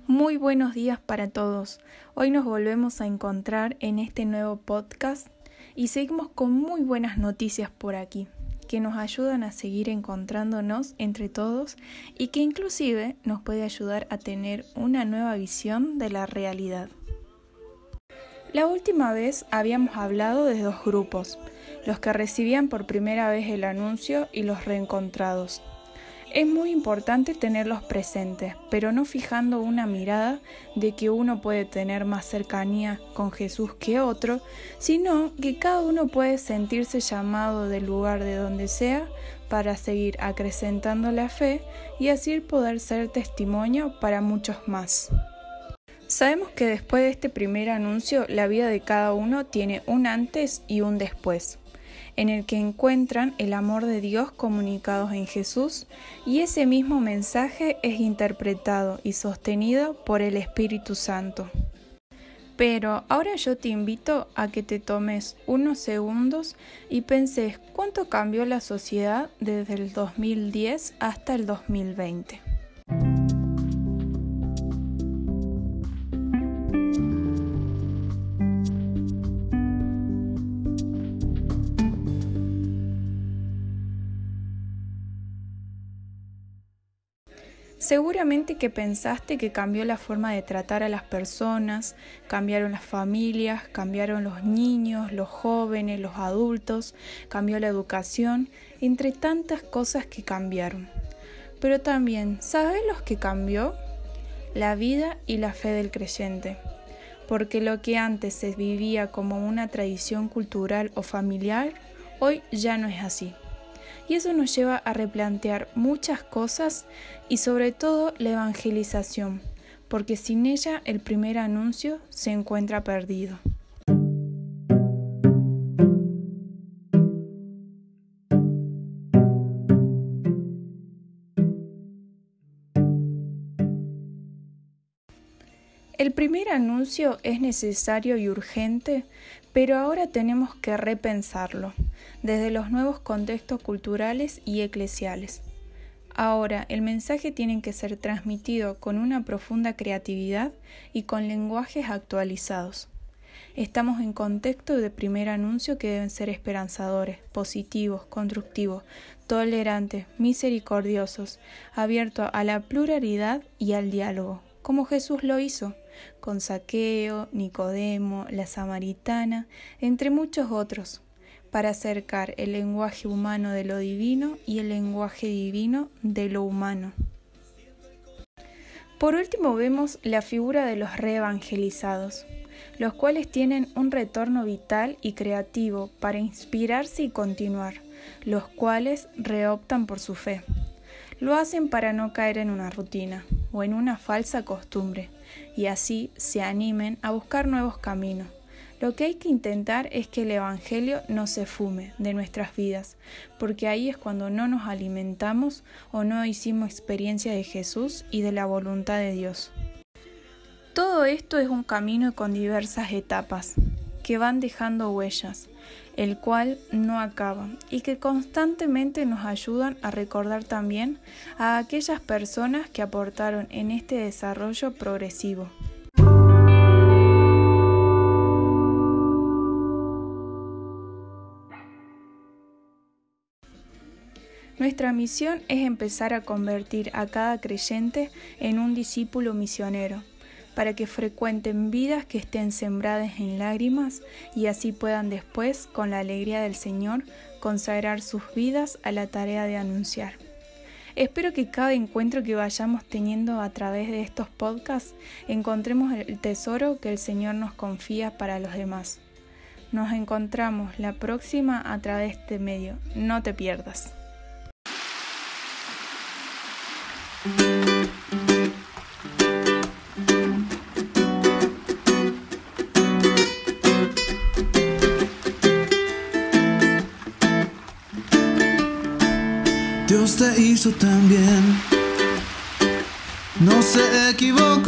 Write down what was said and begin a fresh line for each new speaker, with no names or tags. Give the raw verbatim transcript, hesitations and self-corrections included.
Muy buenos días para todos. Hoy nos volvemos a encontrar en este nuevo podcast y seguimos con muy buenas noticias por aquí, que nos ayudan a seguir encontrándonos entre todos y que inclusive nos puede ayudar a tener una nueva visión de la realidad. La última vez habíamos hablado de dos grupos, los que recibían por primera vez el anuncio y los reencontrados. Es muy importante tenerlos presentes, pero no fijando una mirada de que uno puede tener más cercanía con Jesús que otro, sino que cada uno puede sentirse llamado del lugar de donde sea para seguir acrecentando la fe y así poder ser testimonio para muchos más. Sabemos que después de este primer anuncio, la vida de cada uno tiene un antes y un después, en el que encuentran el amor de Dios comunicados en Jesús, y ese mismo mensaje es interpretado y sostenido por el Espíritu Santo. Pero ahora yo te invito a que te tomes unos segundos y penses cuánto cambió la sociedad desde el dos mil diez hasta el dos mil veinte. Seguramente que pensaste que cambió la forma de tratar a las personas, cambiaron las familias, cambiaron los niños, los jóvenes, los adultos, cambió la educación, entre tantas cosas que cambiaron. Pero también, ¿sabes lo que cambió? La vida y la fe del creyente. Porque lo que antes se vivía como una tradición cultural o familiar, hoy ya no es así. Y eso nos lleva a replantear muchas cosas y sobre todo la evangelización, porque sin ella el primer anuncio se encuentra perdido. El primer anuncio es necesario y urgente, pero ahora tenemos que repensarlo desde los nuevos contextos culturales y eclesiales. Ahora, el mensaje tiene que ser transmitido con una profunda creatividad y con lenguajes actualizados. Estamos en contexto de primer anuncio que deben ser esperanzadores, positivos, constructivos, tolerantes, misericordiosos, abiertos a la pluralidad y al diálogo, como Jesús lo hizo, con Zaqueo, Nicodemo, la Samaritana, entre muchos otros, para acercar el lenguaje humano de lo divino y el lenguaje divino de lo humano. Por último vemos la figura de los reevangelizados, los cuales tienen un retorno vital y creativo para inspirarse y continuar, los cuales reoptan por su fe. Lo hacen para no caer en una rutina o en una falsa costumbre, y así se animen a buscar nuevos caminos. Lo que hay que intentar es que el Evangelio no se fume de nuestras vidas, porque ahí es cuando no nos alimentamos o no hicimos experiencia de Jesús y de la voluntad de Dios. Todo esto es un camino con diversas etapas que van dejando huellas, el cual no acaba y que constantemente nos ayudan a recordar también a aquellas personas que aportaron en este desarrollo progresivo. Nuestra misión es empezar a convertir a cada creyente en un discípulo misionero, para que frecuenten vidas que estén sembradas en lágrimas y así puedan después, con la alegría del Señor, consagrar sus vidas a la tarea de anunciar. Espero que cada encuentro que vayamos teniendo a través de estos podcasts encontremos el tesoro que el Señor nos confía para los demás. Nos encontramos la próxima a través de este medio. No te pierdas.
Dios te hizo tan bien, no se equivocó.